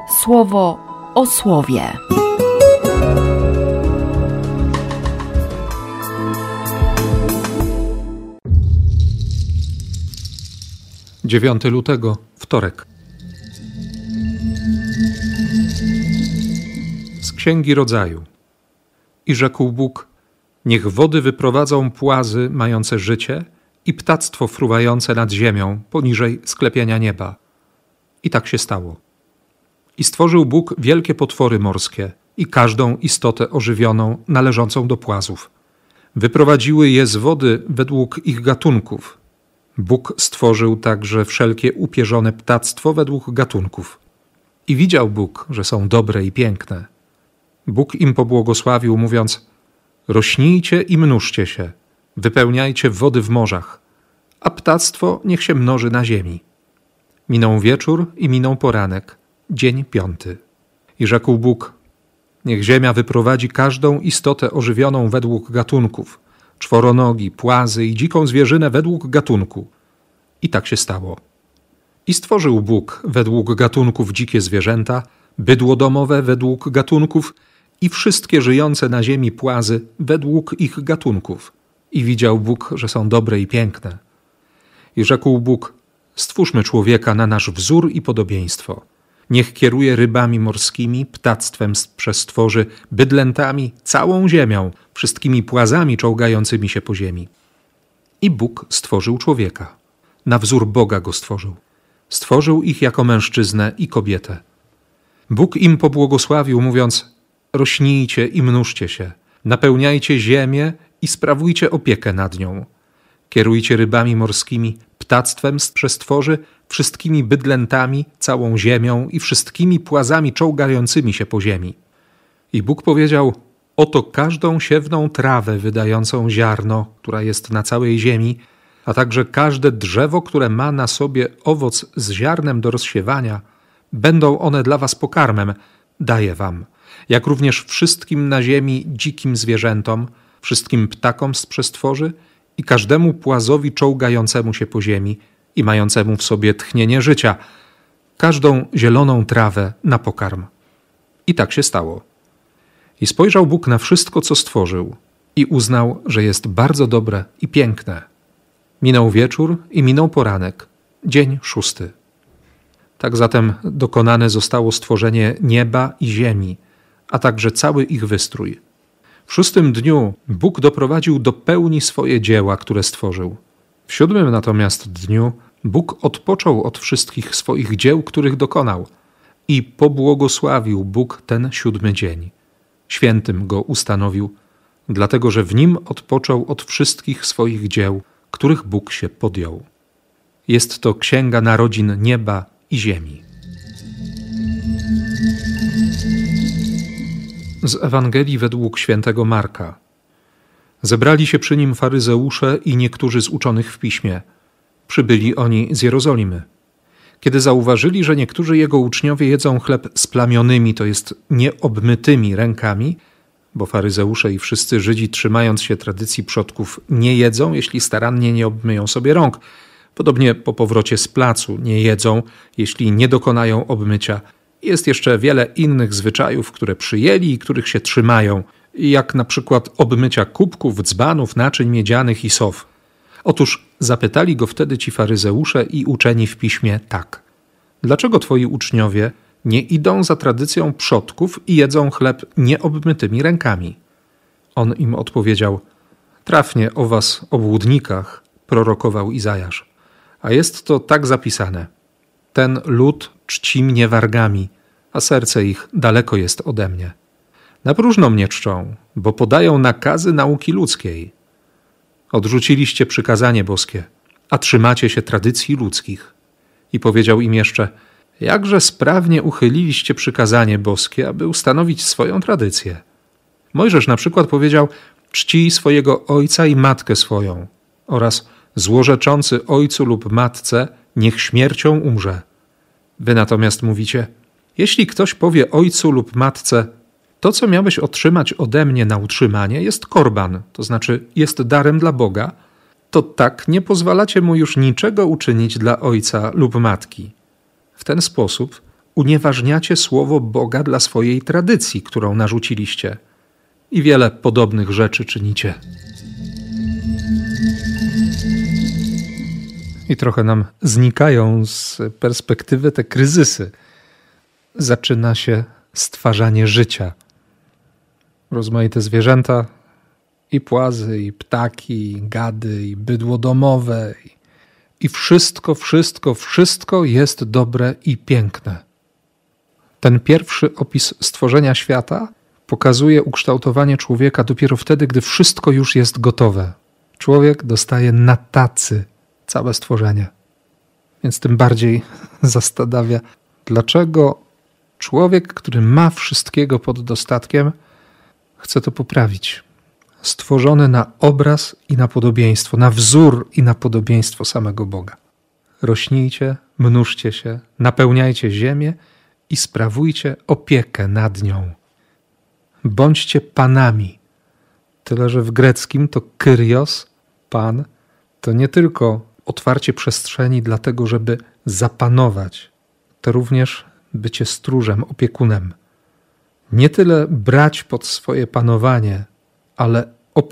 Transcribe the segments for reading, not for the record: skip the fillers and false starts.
Słowo o słowie. Dziewiąty lutego, wtorek. Z Księgi Rodzaju. I rzekł Bóg: niech wody wyprowadzą płazy mające życie i ptactwo fruwające nad ziemią poniżej sklepienia nieba. I tak się stało. I stworzył Bóg wielkie potwory morskie i każdą istotę ożywioną należącą do płazów. Wyprowadziły je z wody według ich gatunków. Bóg stworzył także wszelkie upierzone ptactwo według gatunków. I widział Bóg, że są dobre i piękne. Bóg im pobłogosławił, mówiąc: rośnijcie i mnóżcie się, wypełniajcie wody w morzach, a ptactwo niech się mnoży na ziemi. Minął wieczór i minął poranek, dzień 5. I rzekł Bóg: niech ziemia wyprowadzi każdą istotę ożywioną według gatunków, czworonogi, płazy i dziką zwierzynę według gatunku. I tak się stało. I stworzył Bóg według gatunków dzikie zwierzęta, bydło domowe według gatunków i wszystkie żyjące na ziemi płazy według ich gatunków. I widział Bóg, że są dobre i piękne. I rzekł Bóg: stwórzmy człowieka na nasz wzór i podobieństwo. Niech kieruje rybami morskimi, ptactwem z przestworzy, bydlętami, całą ziemią, wszystkimi płazami czołgającymi się po ziemi. I Bóg stworzył człowieka. Na wzór Boga go stworzył. Stworzył ich jako mężczyznę i kobietę. Bóg im pobłogosławił, mówiąc: rośnijcie i mnóżcie się, napełniajcie ziemię i sprawujcie opiekę nad nią. Kierujcie rybami morskimi, ptactwem z przestworzy, wszystkimi bydlętami, całą ziemią i wszystkimi płazami czołgającymi się po ziemi. I Bóg powiedział: oto każdą siewną trawę wydającą ziarno, która jest na całej ziemi, a także każde drzewo, które ma na sobie owoc z ziarnem do rozsiewania, będą one dla was pokarmem, daję wam, jak również wszystkim na ziemi dzikim zwierzętom, wszystkim ptakom z przestworzy i każdemu płazowi czołgającemu się po ziemi i mającemu w sobie tchnienie życia, każdą zieloną trawę na pokarm. I tak się stało. I spojrzał Bóg na wszystko, co stworzył, i uznał, że jest bardzo dobre i piękne. Minął wieczór i minął poranek, dzień 6. Tak zatem dokonane zostało stworzenie nieba i ziemi, a także cały ich wystrój. W 6. dniu Bóg doprowadził do pełni swoje dzieła, które stworzył. W 7. natomiast dniu Bóg odpoczął od wszystkich swoich dzieł, których dokonał, i pobłogosławił Bóg ten 7. dzień. Świętym go ustanowił, dlatego że w nim odpoczął od wszystkich swoich dzieł, których Bóg się podjął. Jest to księga narodzin nieba i ziemi. Z Ewangelii według świętego Marka. Zebrali się przy nim faryzeusze i niektórzy z uczonych w piśmie. Przybyli oni z Jerozolimy. Kiedy zauważyli, że niektórzy jego uczniowie jedzą chleb splamionymi, to jest nieobmytymi rękami, bo faryzeusze i wszyscy Żydzi, trzymając się tradycji przodków, nie jedzą, jeśli starannie nie obmyją sobie rąk. Podobnie po powrocie z placu nie jedzą, jeśli nie dokonają obmycia. Jest jeszcze wiele innych zwyczajów, które przyjęli i których się trzymają, jak na przykład obmycia kubków, dzbanów, naczyń miedzianych i sow. Otóż zapytali go wtedy ci faryzeusze i uczeni w piśmie tak: dlaczego twoi uczniowie nie idą za tradycją przodków i jedzą chleb nieobmytymi rękami? On im odpowiedział: trafnie o was, obłudnikach, prorokował Izajasz. A jest to tak zapisane: ten lud czci mnie wargami, a serce ich daleko jest ode mnie. Na próżno mnie czczą, bo podają nakazy nauki ludzkiej. Odrzuciliście przykazanie boskie, a trzymacie się tradycji ludzkich. I powiedział im jeszcze: jakże sprawnie uchyliliście przykazanie boskie, aby ustanowić swoją tradycję. Mojżesz na przykład powiedział: czcij swojego ojca i matkę swoją, oraz złorzeczący ojcu lub matce niech śmiercią umrze. Wy natomiast mówicie: jeśli ktoś powie ojcu lub matce: to, co miałeś otrzymać ode mnie na utrzymanie, jest korban, to znaczy jest darem dla Boga, to tak nie pozwalacie mu już niczego uczynić dla ojca lub matki. W ten sposób unieważniacie słowo Boga dla swojej tradycji, którą narzuciliście. I wiele podobnych rzeczy czynicie. I trochę nam znikają z perspektywy te kryzysy. Zaczyna się stwarzanie życia. Rozmaite zwierzęta, i płazy, i ptaki, i gady, i bydło domowe, i wszystko jest dobre i piękne. Ten pierwszy opis stworzenia świata pokazuje ukształtowanie człowieka dopiero wtedy, gdy wszystko już jest gotowe. Człowiek dostaje na tacy całe stworzenie. Więc tym bardziej zastanawia, dlaczego człowiek, który ma wszystkiego pod dostatkiem, chce to poprawić. Stworzony na obraz i na podobieństwo, na wzór i na podobieństwo samego Boga. Rośnijcie, mnóżcie się, napełniajcie ziemię i sprawujcie opiekę nad nią. Bądźcie panami. Tyle, że w greckim to kyrios, pan, to nie tylko otwarcie przestrzeni dlatego, żeby zapanować, to również bycie stróżem, opiekunem. Nie tyle brać pod swoje panowanie, ale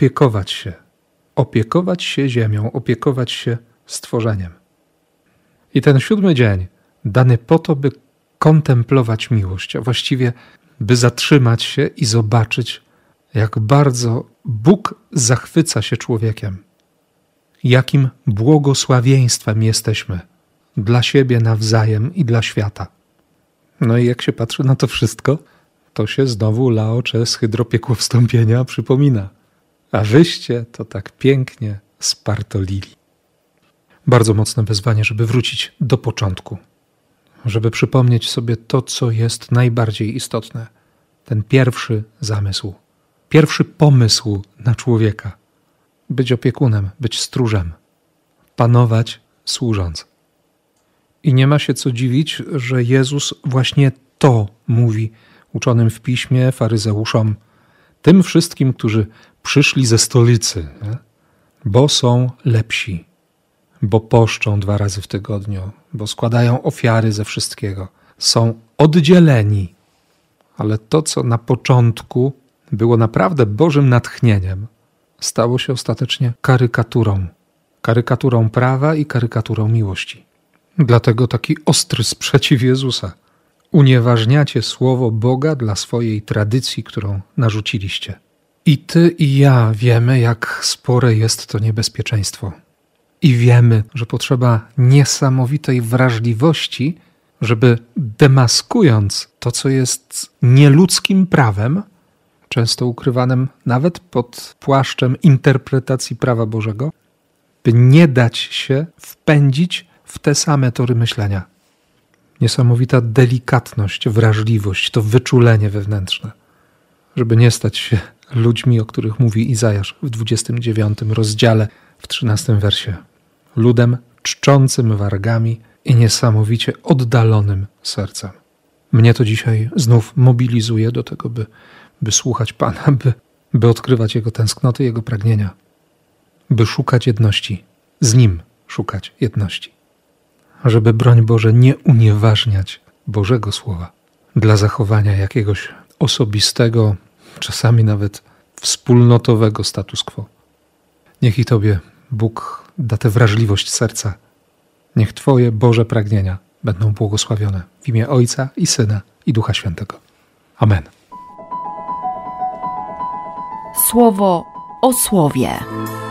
opiekować się ziemią, opiekować się stworzeniem. I ten 7 dzień dany po to, by kontemplować miłość, a właściwie by zatrzymać się i zobaczyć, jak bardzo Bóg zachwyca się człowiekiem. Jakim błogosławieństwem jesteśmy dla siebie nawzajem i dla świata. No i jak się patrzy na to wszystko, to się znowu Laocze z hydropiekło wstąpienia przypomina. A wyście to tak pięknie spartolili. Bardzo mocne wezwanie, żeby wrócić do początku. Żeby przypomnieć sobie to, co jest najbardziej istotne. Ten pierwszy zamysł, pierwszy pomysł na człowieka. Być opiekunem, być stróżem. Panować służąc. I nie ma się co dziwić, że Jezus właśnie to mówi uczonym w piśmie, faryzeuszom, tym wszystkim, którzy przyszli ze stolicy, bo są lepsi, bo poszczą 2 razy w tygodniu, bo składają ofiary ze wszystkiego, są oddzieleni. Ale to, co na początku było naprawdę Bożym natchnieniem, stało się ostatecznie karykaturą prawa i karykaturą miłości. Dlatego taki ostry sprzeciw Jezusa. Unieważniacie słowo Boga dla swojej tradycji, którą narzuciliście. I ty, i ja wiemy, jak spore jest to niebezpieczeństwo. I wiemy, że potrzeba niesamowitej wrażliwości, żeby demaskując to, co jest nieludzkim prawem, często ukrywanym nawet pod płaszczem interpretacji prawa Bożego, by nie dać się wpędzić w te same tory myślenia. Niesamowita delikatność, wrażliwość, to wyczulenie wewnętrzne, żeby nie stać się ludźmi, o których mówi Izajasz w 29 rozdziale, w 13 wersie. Ludem czczącym wargami i niesamowicie oddalonym sercem. Mnie to dzisiaj znów mobilizuje do tego, by słuchać Pana, by odkrywać Jego tęsknoty, Jego pragnienia, by szukać jedności, z Nim szukać jedności. Żeby, broń Boże, nie unieważniać Bożego Słowa dla zachowania jakiegoś osobistego, czasami nawet wspólnotowego status quo. Niech i Tobie Bóg da tę wrażliwość serca. Niech Twoje Boże pragnienia będą błogosławione w imię Ojca i Syna i Ducha Świętego. Amen. Słowo o słowie.